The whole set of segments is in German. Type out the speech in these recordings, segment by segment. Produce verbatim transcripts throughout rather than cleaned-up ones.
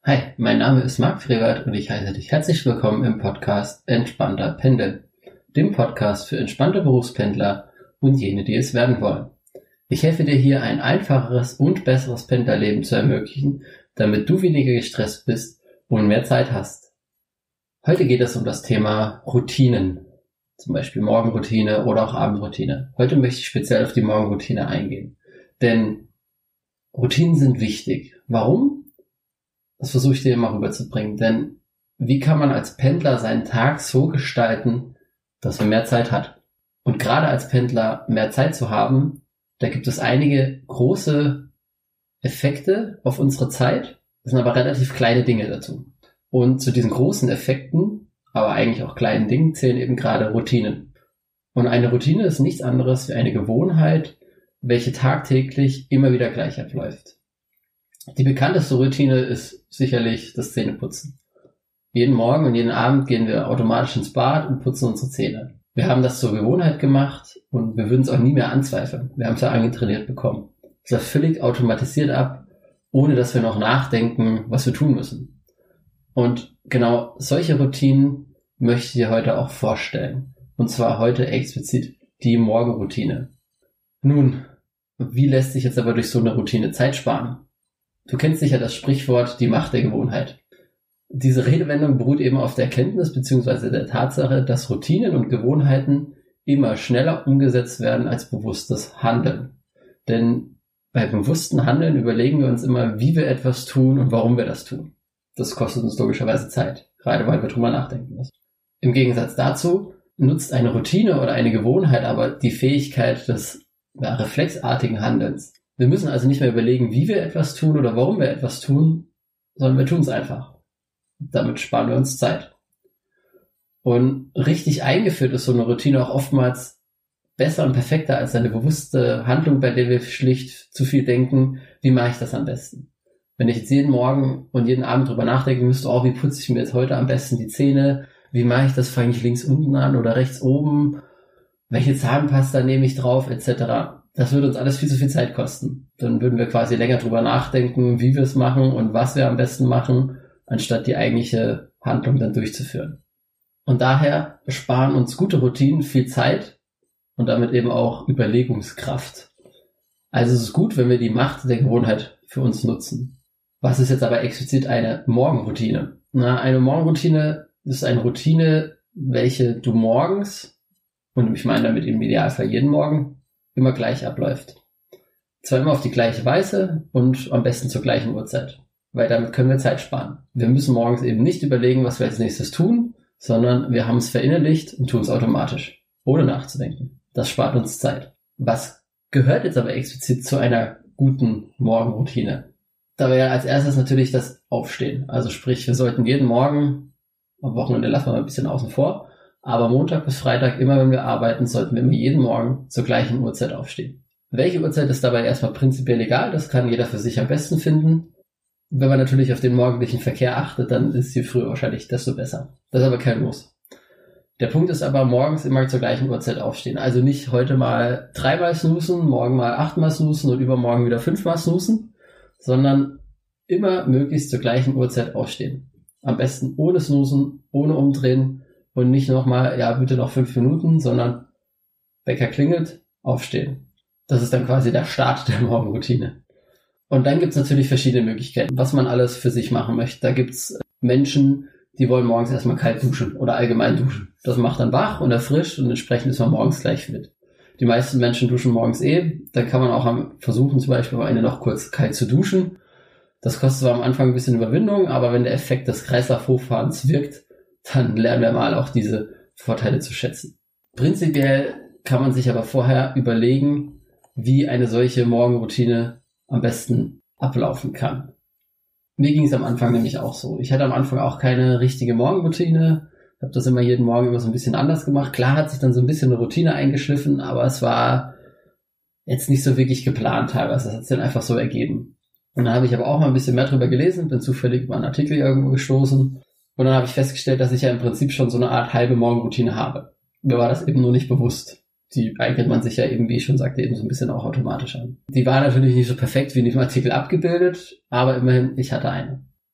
Hi, mein Name ist Marc Frevert und ich heiße dich herzlich willkommen im Podcast Entspannter Pendeln, dem Podcast für entspannte Berufspendler und jene, die es werden wollen. Ich helfe dir hier, ein einfacheres und besseres Pendlerleben zu ermöglichen, damit du weniger gestresst bist und mehr Zeit hast. Heute geht es um das Thema Routinen, zum Beispiel Morgenroutine oder auch Abendroutine. Heute möchte ich speziell auf die Morgenroutine eingehen, denn Routinen sind wichtig. Warum? Das versuche ich dir mal rüberzubringen, denn wie kann man als Pendler seinen Tag so gestalten, dass man mehr Zeit hat? Und gerade als Pendler mehr Zeit zu haben, da gibt es einige große Effekte auf unsere Zeit, das sind aber relativ kleine Dinge dazu. Und zu diesen großen Effekten, aber eigentlich auch kleinen Dingen, zählen eben gerade Routinen. Und eine Routine ist nichts anderes wie eine Gewohnheit, welche tagtäglich immer wieder gleich abläuft. Die bekannteste Routine ist sicherlich das Zähneputzen. Jeden Morgen und jeden Abend gehen wir automatisch ins Bad und putzen unsere Zähne. Wir haben das zur Gewohnheit gemacht und wir würden es auch nie mehr anzweifeln. Wir haben es ja angetrainiert bekommen. Es läuft völlig automatisiert ab, ohne dass wir noch nachdenken, was wir tun müssen. Und genau solche Routinen möchte ich dir heute auch vorstellen. Und zwar heute explizit die Morgenroutine. Nun, wie lässt sich jetzt aber durch so eine Routine Zeit sparen? Du kennst sicher das Sprichwort, die Macht der Gewohnheit. Diese Redewendung beruht eben auf der Erkenntnis bzw. der Tatsache, dass Routinen und Gewohnheiten immer schneller umgesetzt werden als bewusstes Handeln. Denn bei bewusstem Handeln überlegen wir uns immer, wie wir etwas tun und warum wir das tun. Das kostet uns logischerweise Zeit, gerade weil wir drüber nachdenken müssen. Im Gegensatz dazu nutzt eine Routine oder eine Gewohnheit aber die Fähigkeit des ja, reflexartigen Handelns. Wir müssen also nicht mehr überlegen, wie wir etwas tun oder warum wir etwas tun, sondern wir tun es einfach. Damit sparen wir uns Zeit. Und richtig eingeführt ist so eine Routine auch oftmals besser und perfekter als eine bewusste Handlung, bei der wir schlicht zu viel denken, wie mache ich das am besten? Wenn ich jetzt jeden Morgen und jeden Abend drüber nachdenken müsste, oh, wie putze ich mir jetzt heute am besten die Zähne? Wie mache ich das? Fange ich links unten an oder rechts oben? Welche Zahnpasta nehme ich drauf, et cetera. Das würde uns alles viel zu viel Zeit kosten. Dann würden wir quasi länger drüber nachdenken, wie wir es machen und was wir am besten machen, anstatt die eigentliche Handlung dann durchzuführen. Und daher sparen uns gute Routinen viel Zeit und damit eben auch Überlegungskraft. Also es ist gut, wenn wir die Macht der Gewohnheit für uns nutzen. Was ist jetzt aber explizit eine Morgenroutine? Na, eine Morgenroutine ist eine Routine, welche du morgens, und ich meine damit im Idealfall jeden Morgen, immer gleich abläuft. Zwar immer auf die gleiche Weise und am besten zur gleichen Uhrzeit, weil damit können wir Zeit sparen. Wir müssen morgens eben nicht überlegen, was wir als nächstes tun, sondern wir haben es verinnerlicht und tun es automatisch, ohne nachzudenken. Das spart uns Zeit. Was gehört jetzt aber explizit zu einer guten Morgenroutine? Da wäre als erstes natürlich das Aufstehen. Also sprich, wir sollten jeden Morgen, am Wochenende lassen wir mal ein bisschen außen vor, aber Montag bis Freitag, immer wenn wir arbeiten, sollten wir immer jeden Morgen zur gleichen Uhrzeit aufstehen. Welche Uhrzeit ist dabei erstmal prinzipiell egal, das kann jeder für sich am besten finden. Wenn man natürlich auf den morgendlichen Verkehr achtet, dann ist je früher wahrscheinlich desto besser. Das ist aber kein Muss. Der Punkt ist aber, morgens immer zur gleichen Uhrzeit aufstehen. Also nicht heute mal dreimal snoosen, morgen mal achtmal snoosen und übermorgen wieder fünfmal snoosen, sondern immer möglichst zur gleichen Uhrzeit aufstehen. Am besten ohne snoosen, ohne umdrehen, und nicht nochmal, ja, bitte noch fünf Minuten, sondern Wecker klingelt, aufstehen. Das ist dann quasi der Start der Morgenroutine. Und dann gibt's natürlich verschiedene Möglichkeiten, was man alles für sich machen möchte. Da gibt's Menschen, die wollen morgens erstmal kalt duschen oder allgemein duschen. Das macht dann wach und erfrischt und entsprechend ist man morgens gleich fit. Die meisten Menschen duschen morgens eh. Dann kann man auch versuchen, zum Beispiel am Ende noch kurz kalt zu duschen. Das kostet zwar am Anfang ein bisschen Überwindung, aber wenn der Effekt des Kreislaufhochfahrens wirkt, dann lernen wir mal auch diese Vorteile zu schätzen. Prinzipiell kann man sich aber vorher überlegen, wie eine solche Morgenroutine am besten ablaufen kann. Mir ging es am Anfang nämlich auch so. Ich hatte am Anfang auch keine richtige Morgenroutine, habe das immer jeden Morgen immer so ein bisschen anders gemacht. Klar hat sich dann so ein bisschen eine Routine eingeschliffen, aber es war jetzt nicht so wirklich geplant teilweise. Das hat sich dann einfach so ergeben. Und dann habe ich aber auch mal ein bisschen mehr drüber gelesen, bin zufällig über einen Artikel irgendwo gestoßen. Und dann habe ich festgestellt, dass ich ja im Prinzip schon so eine Art halbe Morgenroutine habe. Mir war das eben nur nicht bewusst. Die eignet man sich ja eben, wie ich schon sagte, eben so ein bisschen auch automatisch an. Die war natürlich nicht so perfekt wie in diesem Artikel abgebildet, aber immerhin, ich hatte eine.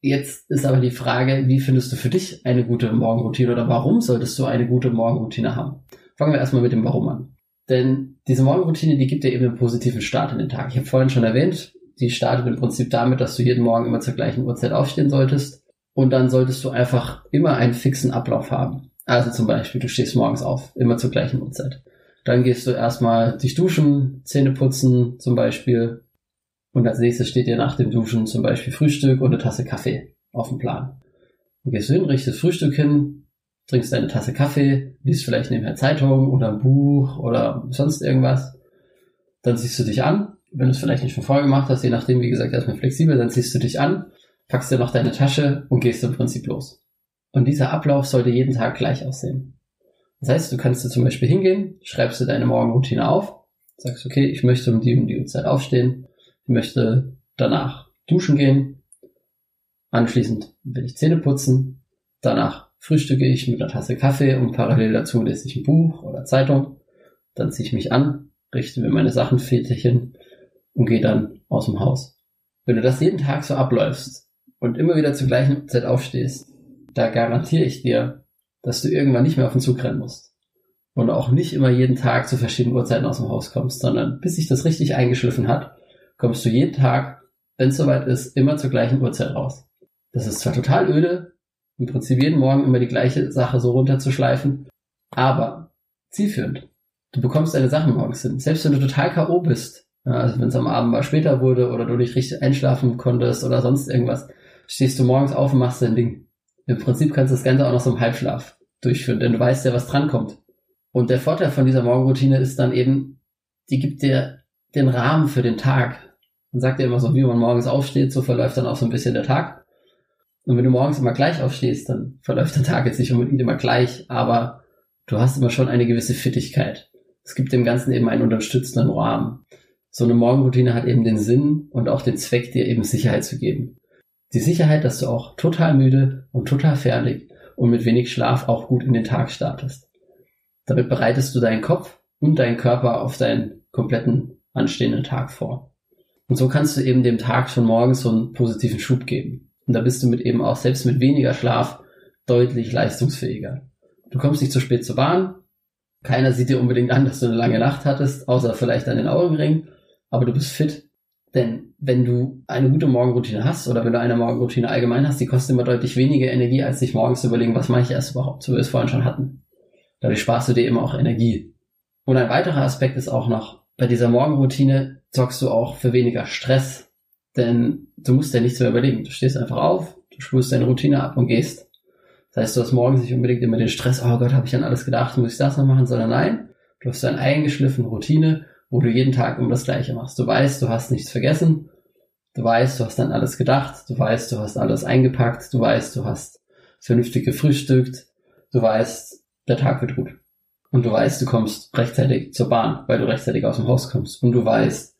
Jetzt ist aber die Frage, wie findest du für dich eine gute Morgenroutine oder warum solltest du eine gute Morgenroutine haben? Fangen wir erstmal mit dem Warum an. Denn diese Morgenroutine, die gibt dir eben einen positiven Start in den Tag. Ich habe vorhin schon erwähnt, die startet im Prinzip damit, dass du jeden Morgen immer zur gleichen Uhrzeit aufstehen solltest. Und dann solltest du einfach immer einen fixen Ablauf haben. Also zum Beispiel, du stehst morgens auf, immer zur gleichen Uhrzeit. Dann gehst du erstmal dich duschen, Zähne putzen zum Beispiel. Und als nächstes steht dir nach dem Duschen zum Beispiel Frühstück und eine Tasse Kaffee auf dem Plan. Dann gehst du hin, richtest Frühstück hin, trinkst deine Tasse Kaffee, liest vielleicht nebenher Zeitung oder ein Buch oder sonst irgendwas. Dann ziehst du dich an, wenn du es vielleicht nicht schon vorher gemacht hast, je nachdem, wie gesagt, erstmal flexibel, dann ziehst du dich an, packst dir noch deine Tasche und gehst im Prinzip los. Und dieser Ablauf sollte jeden Tag gleich aussehen. Das heißt, du kannst dir zum Beispiel hingehen, schreibst dir deine Morgenroutine auf, sagst, okay, ich möchte um die um die Uhrzeit aufstehen, ich möchte danach duschen gehen, anschließend will ich Zähne putzen, danach frühstücke ich mit einer Tasse Kaffee und parallel dazu lese ich ein Buch oder Zeitung, dann ziehe ich mich an, richte mir meine Sachen fertig hin und gehe dann aus dem Haus. Wenn du das jeden Tag so abläufst und immer wieder zur gleichen Zeit aufstehst, da garantiere ich dir, dass du irgendwann nicht mehr auf den Zug rennen musst. Und auch nicht immer jeden Tag zu verschiedenen Uhrzeiten aus dem Haus kommst, sondern bis sich das richtig eingeschliffen hat, kommst du jeden Tag, wenn es soweit ist, immer zur gleichen Uhrzeit raus. Das ist zwar total öde, im Prinzip jeden Morgen immer die gleiche Sache so runterzuschleifen, aber zielführend. Du bekommst deine Sachen morgens hin. Selbst wenn du total K O bist, also wenn es am Abend mal später wurde oder du nicht richtig einschlafen konntest oder sonst irgendwas, stehst du morgens auf und machst dein Ding. Im Prinzip kannst du das Ganze auch noch so im Halbschlaf durchführen, denn du weißt ja, was drankommt. Und der Vorteil von dieser Morgenroutine ist dann eben, die gibt dir den Rahmen für den Tag. Man sagt ja immer so, wie man morgens aufsteht, so verläuft dann auch so ein bisschen der Tag. Und wenn du morgens immer gleich aufstehst, dann verläuft der Tag jetzt nicht unbedingt immer gleich, aber du hast immer schon eine gewisse Fittigkeit. Es gibt dem Ganzen eben einen unterstützenden Rahmen. So eine Morgenroutine hat eben den Sinn und auch den Zweck, dir eben Sicherheit zu geben. Die Sicherheit, dass du auch total müde und total fertig und mit wenig Schlaf auch gut in den Tag startest. Damit bereitest du deinen Kopf und deinen Körper auf deinen kompletten anstehenden Tag vor. Und so kannst du eben dem Tag schon morgens so einen positiven Schub geben. Und da bist du mit eben auch selbst mit weniger Schlaf deutlich leistungsfähiger. Du kommst nicht zu spät zur Bahn. Keiner sieht dir unbedingt an, dass du eine lange Nacht hattest, außer vielleicht an den Augenringen. Aber du bist fit. Denn wenn du eine gute Morgenroutine hast oder wenn du eine Morgenroutine allgemein hast, die kostet immer deutlich weniger Energie, als sich morgens zu überlegen, was mache ich erst überhaupt, so wie wir es vorhin schon hatten. Dadurch sparst du dir immer auch Energie. Und ein weiterer Aspekt ist auch noch, bei dieser Morgenroutine sorgst du auch für weniger Stress. Denn du musst ja nichts mehr überlegen. Du stehst einfach auf, du spulst deine Routine ab und gehst. Das heißt, du hast morgens nicht unbedingt immer den Stress, oh Gott, habe ich an alles gedacht, muss ich das noch machen, sondern nein, du hast eine eingeschliffene Routine, wo du jeden Tag immer das Gleiche machst. Du weißt, du hast nichts vergessen, du weißt, du hast an alles gedacht, du weißt, du hast alles eingepackt, du weißt, du hast vernünftig gefrühstückt, du weißt, der Tag wird gut. Und du weißt, du kommst rechtzeitig zur Bahn, weil du rechtzeitig aus dem Haus kommst. Und du weißt,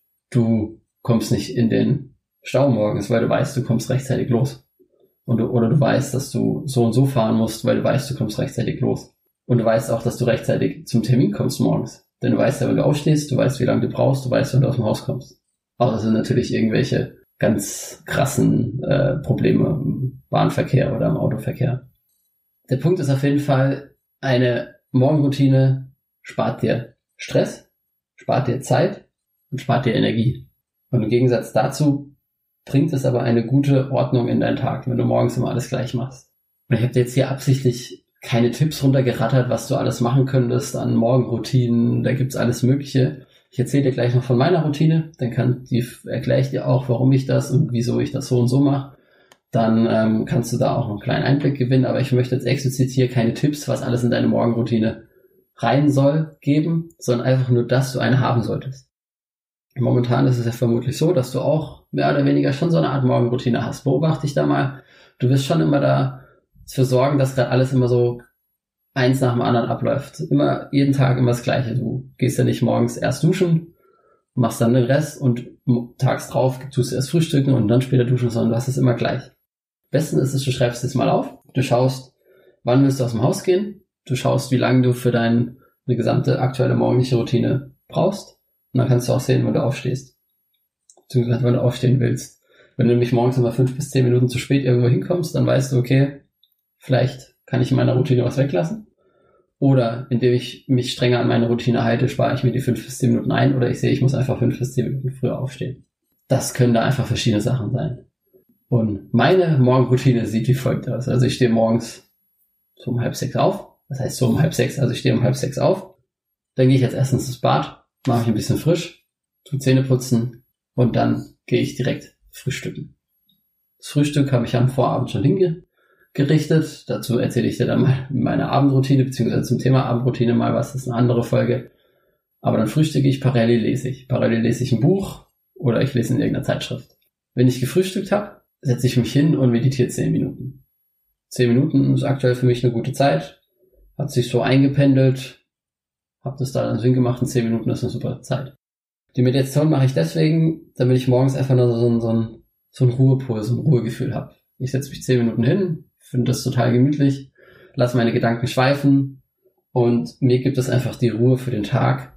du kommst nicht in den Stau morgens, weil du weißt, du kommst rechtzeitig los. Und du, oder du weißt, dass du so und so fahren musst, weil du weißt, du kommst rechtzeitig los. Und du weißt auch, dass du rechtzeitig zum Termin kommst morgens. Denn du weißt ja, wenn du aufstehst, du weißt, wie lange du brauchst, du weißt, wann du aus dem Haus kommst. Außer sind natürlich irgendwelche ganz krassen äh, Probleme im Bahnverkehr oder im Autoverkehr. Der Punkt ist auf jeden Fall, eine Morgenroutine spart dir Stress, spart dir Zeit und spart dir Energie. Und im Gegensatz dazu bringt es aber eine gute Ordnung in deinen Tag, wenn du morgens immer alles gleich machst. Und ich habe dir jetzt hier absichtlich keine Tipps runtergerattert, was du alles machen könntest an Morgenroutinen, da gibt's alles Mögliche. Ich erzähle dir gleich noch von meiner Routine, dann kann die, erkläre ich dir auch, warum ich das und wieso ich das so und so mache. Dann ähm, kannst du da auch noch einen kleinen Einblick gewinnen, aber ich möchte jetzt explizit hier keine Tipps, was alles in deine Morgenroutine rein soll, geben, sondern einfach nur, dass du eine haben solltest. Momentan ist es ja vermutlich so, dass du auch mehr oder weniger schon so eine Art Morgenroutine hast. Beobachte dich da mal. Du wirst schon immer dafür sorgen, dass gerade alles immer so eins nach dem anderen abläuft. Immer, jeden Tag immer das Gleiche. Du gehst ja nicht morgens erst duschen, machst dann den Rest und tags drauf tust du erst frühstücken und dann später duschen, sondern du hast es immer gleich. Am besten ist es, du schreibst es mal auf. Du schaust, wann willst du aus dem Haus gehen. Du schaust, wie lange du für deine gesamte aktuelle morgendliche Routine brauchst. Und dann kannst du auch sehen, wann du aufstehst. Beziehungsweise, wann du aufstehen willst. Wenn du nämlich morgens immer fünf bis zehn Minuten zu spät irgendwo hinkommst, dann weißt du, okay, vielleicht kann ich in meiner Routine was weglassen. Oder indem ich mich strenger an meine Routine halte, spare ich mir die fünf bis zehn Minuten ein. Oder ich sehe, ich muss einfach fünf bis zehn Minuten früher aufstehen. Das können da einfach verschiedene Sachen sein. Und meine Morgenroutine sieht wie folgt aus. Also ich stehe morgens so um halb sechs auf. Das heißt so um halb sechs, also ich stehe um halb sechs auf. Dann gehe ich jetzt erstens ins Bad, mache mich ein bisschen frisch, tu Zähne putzen und dann gehe ich direkt frühstücken. Das Frühstück habe ich am Vorabend schon hingerichtet. Dazu erzähle ich dir dann mal meine Abendroutine, beziehungsweise zum Thema Abendroutine mal was. Das ist eine andere Folge. Aber dann frühstücke ich, parallel lese ich. Parallel lese ich ein Buch oder ich lese in irgendeiner Zeitschrift. Wenn ich gefrühstückt habe, setze ich mich hin und meditiere zehn Minuten. Zehn Minuten ist aktuell für mich eine gute Zeit. Hat sich so eingependelt. Hab das da dann Sinn gemacht. In zehn Minuten ist eine super Zeit. Die Meditation mache ich deswegen, damit ich morgens einfach nur so ein, so ein, so ein Ruhepol, so ein Ruhegefühl habe. Ich setze mich zehn Minuten hin, finde das total gemütlich, lasse meine Gedanken schweifen und mir gibt es einfach die Ruhe für den Tag,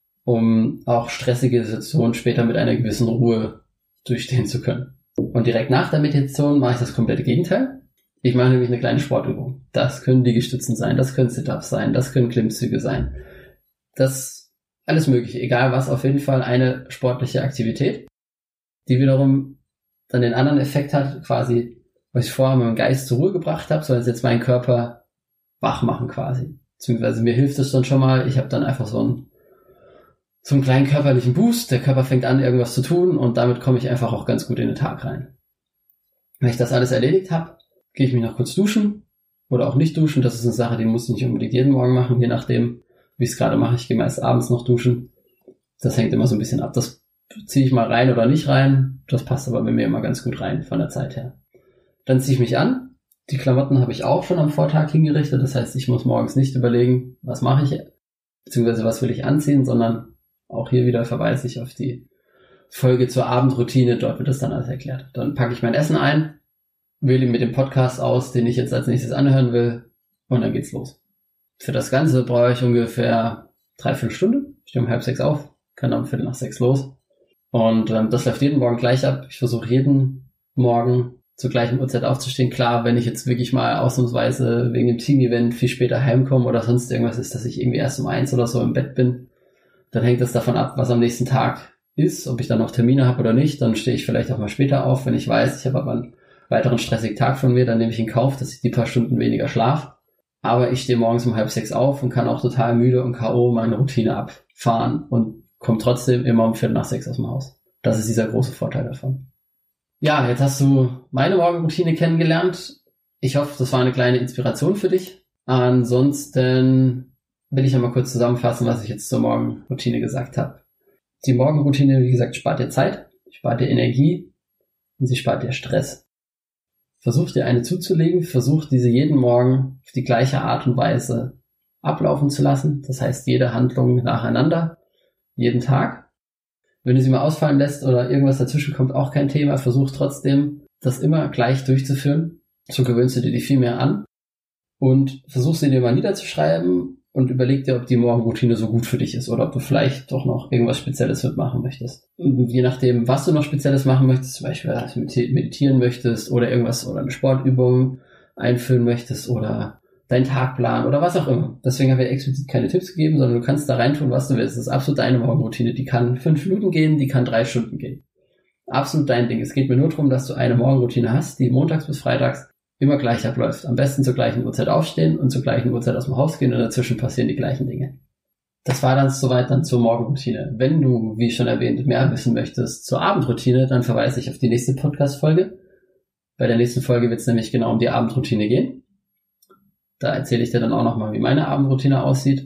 um auch stressige Situationen später mit einer gewissen Ruhe durchstehen zu können. Und direkt nach der Meditation mache ich das komplette Gegenteil. Ich mache nämlich eine kleine Sportübung. Das können Liegestützen sein, das können Sit-Ups sein, das können Klimmzüge sein. Das alles mögliche, egal was, auf jeden Fall eine sportliche Aktivität, die wiederum dann den anderen Effekt hat, quasi, was ich vorher mit meinem Geist zur Ruhe gebracht habe, soll es jetzt meinen Körper wach machen quasi. Beziehungsweise mir hilft es dann schon mal, ich habe dann einfach so einen, so einen kleinen körperlichen Boost, der Körper fängt an, irgendwas zu tun und damit komme ich einfach auch ganz gut in den Tag rein. Wenn ich das alles erledigt habe, gehe ich mich noch kurz duschen oder auch nicht duschen, das ist eine Sache, die muss ich nicht unbedingt jeden Morgen machen, je nachdem, wie ich es gerade mache. Ich gehe meist abends noch duschen. Das hängt immer so ein bisschen ab. Das ziehe ich mal rein oder nicht rein. Das passt aber bei mir immer ganz gut rein von der Zeit her. Dann ziehe ich mich an. Die Klamotten habe ich auch schon am Vortag hingerichtet. Das heißt, ich muss morgens nicht überlegen, was mache ich, beziehungsweise was will ich anziehen, sondern auch hier wieder verweise ich auf die Folge zur Abendroutine. Dort wird das dann alles erklärt. Dann packe ich mein Essen ein, wähle mit dem Podcast aus, den ich jetzt als nächstes anhören will und dann geht's los. Für das Ganze brauche ich ungefähr dreiviertel Stunde. Ich stehe um halb sechs auf, kann dann um viertel nach sechs los. Und ähm, das läuft jeden Morgen gleich ab. Ich versuche jeden Morgen zur gleichen Uhrzeit aufzustehen. Klar, wenn ich jetzt wirklich mal ausnahmsweise wegen dem Team-Event viel später heimkomme oder sonst irgendwas ist, dass ich irgendwie erst um eins oder so im Bett bin, dann hängt das davon ab, was am nächsten Tag ist, ob ich dann noch Termine habe oder nicht. Dann stehe ich vielleicht auch mal später auf. Wenn ich weiß, ich habe aber einen weiteren stressigen Tag von mir, dann nehme ich in Kauf, dass ich die paar Stunden weniger schlafe. Aber ich stehe morgens um halb sechs auf und kann auch total müde und K O meine Routine abfahren und komme trotzdem immer um viertel nach sechs aus dem Haus. Das ist dieser große Vorteil davon. Ja, jetzt hast du meine Morgenroutine kennengelernt. Ich hoffe, das war eine kleine Inspiration für dich. Ansonsten will ich ja mal kurz zusammenfassen, was ich jetzt zur Morgenroutine gesagt habe. Die Morgenroutine, wie gesagt, spart dir Zeit, spart dir Energie und sie spart dir Stress. Versuch dir eine zuzulegen, versuch diese jeden Morgen auf die gleiche Art und Weise ablaufen zu lassen. Das heißt, jede Handlung nacheinander, jeden Tag. Wenn du sie mal ausfallen lässt oder irgendwas dazwischen kommt, auch kein Thema. Versuch trotzdem, das immer gleich durchzuführen. So gewöhnst du dir die viel mehr an. Und versuch sie dir mal niederzuschreiben und überleg dir, ob die Morgenroutine so gut für dich ist oder ob du vielleicht doch noch irgendwas Spezielles mitmachen möchtest. Und je nachdem, was du noch Spezielles machen möchtest, zum Beispiel meditieren möchtest oder irgendwas oder eine Sportübung einführen möchtest oder deinen Tagplan oder was auch immer. Deswegen habe ich explizit keine Tipps gegeben, sondern du kannst da reintun, was du willst. Das ist absolut deine Morgenroutine. Die kann fünf Minuten gehen, die kann drei Stunden gehen. Absolut dein Ding. Es geht mir nur darum, dass du eine Morgenroutine hast, die montags bis freitags immer gleich abläuft. Am besten zur gleichen Uhrzeit aufstehen und zur gleichen Uhrzeit aus dem Haus gehen und dazwischen passieren die gleichen Dinge. Das war dann soweit dann zur Morgenroutine. Wenn du, wie schon erwähnt, mehr wissen möchtest zur Abendroutine, dann verweise ich auf die nächste Podcast-Folge. Bei der nächsten Folge wird es nämlich genau um die Abendroutine gehen. Da erzähle ich dir dann auch nochmal, wie meine Abendroutine aussieht.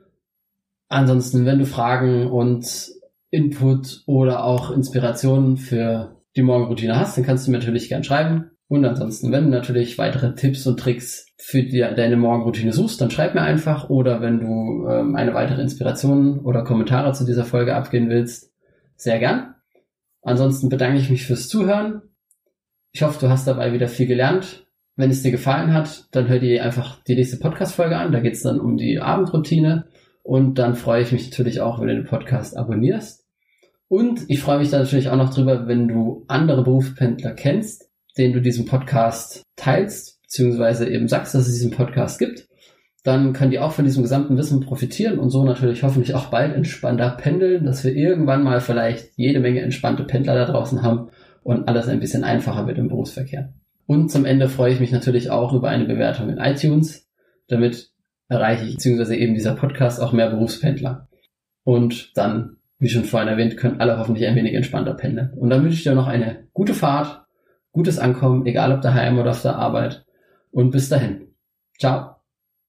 Ansonsten, wenn du Fragen und Input oder auch Inspirationen für die Morgenroutine hast, dann kannst du mir natürlich gern schreiben. Und ansonsten, wenn du natürlich weitere Tipps und Tricks für die, deine Morgenroutine suchst, dann schreib mir einfach. Oder wenn du ähm, eine weitere Inspiration oder Kommentare zu dieser Folge abgeben willst, sehr gern. Ansonsten bedanke ich mich fürs Zuhören. Ich hoffe, du hast dabei wieder viel gelernt. Wenn es dir gefallen hat, dann hör dir einfach die nächste Podcast-Folge an. Da geht es dann um die Abendroutine. Und dann freue ich mich natürlich auch, wenn du den Podcast abonnierst. Und ich freue mich da natürlich auch noch drüber, wenn du andere Berufspendler kennst, denen du diesen Podcast teilst, beziehungsweise eben sagst, dass es diesen Podcast gibt. Dann können die auch von diesem gesamten Wissen profitieren und so natürlich hoffentlich auch bald entspannter pendeln, dass wir irgendwann mal vielleicht jede Menge entspannte Pendler da draußen haben und alles ein bisschen einfacher wird im Berufsverkehr. Und zum Ende freue ich mich natürlich auch über eine Bewertung in iTunes. Damit erreiche ich, beziehungsweise eben dieser Podcast, auch mehr Berufspendler. Und dann, wie schon vorhin erwähnt, können alle hoffentlich ein wenig entspannter pendeln. Und dann wünsche ich dir noch eine gute Fahrt, gutes Ankommen, egal ob daheim oder auf der Arbeit. Und bis dahin. Ciao.